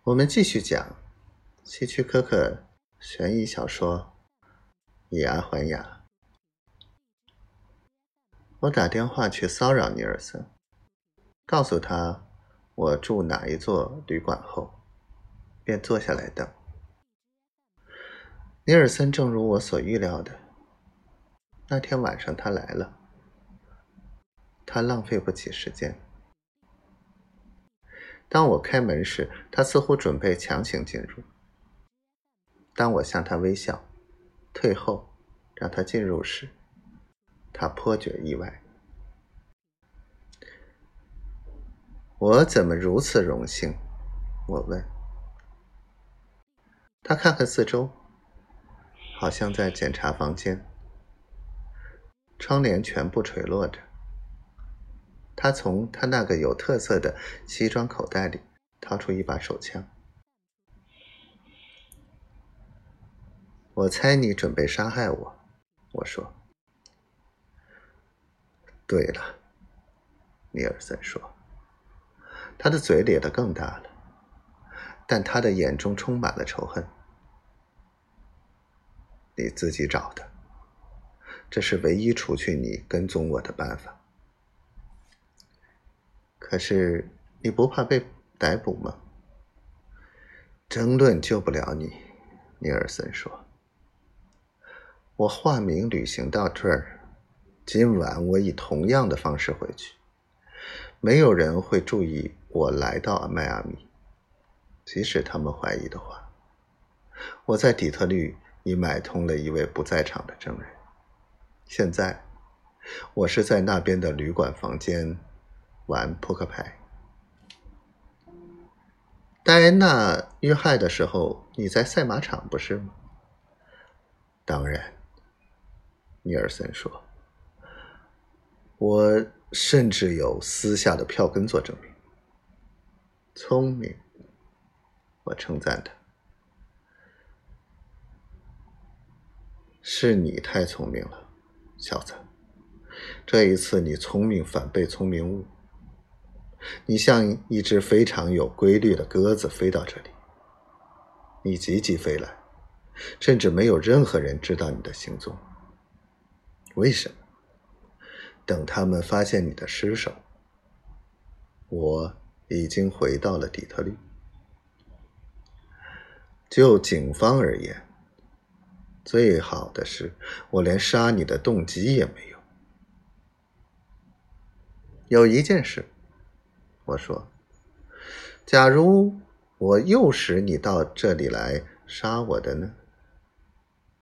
我们继续讲希区柯克悬疑小说《以牙还牙》。我打电话去骚扰尼尔森，告诉他我住哪一座旅馆后，便坐下来等。尼尔森正如我所预料的，那天晚上他来了。他浪费不起时间。当我开门时，他似乎准备强行进入。当我向他微笑，退后让他进入时，他颇觉意外。我怎么如此荣幸？我问。他看看四周，好像在检查房间。窗帘全部垂落着。他从他那个有特色的西装口袋里掏出一把手枪。我猜你准备杀害我，我说。对了，尼尔森说。他的嘴咧得更大了，但他的眼中充满了仇恨。你自己找的，这是唯一除去你跟踪我的办法。可是你不怕被逮捕吗？争论救不了你，尼尔森说。我化名旅行到这儿，今晚我以同样的方式回去。没有人会注意我来到迈阿密，即使他们怀疑的话。我在底特律已买通了一位不在场的证人。现在我是在那边的旅馆房间玩扑克牌。戴安娜遇害的时候，你在赛马场不是吗？当然，尼尔森说。我甚至有私下的票根做证明。聪明，我称赞他。是你太聪明了，小子。这一次你聪明反被聪明误。你像一只非常有规律的鸽子飞到这里。你急急飞来，甚至没有任何人知道你的行踪。为什么？等他们发现你的尸首，我已经回到了底特律。就警方而言，最好的是我连杀你的动机也没有。有一件事，我说，假如我诱使你到这里来杀我的呢？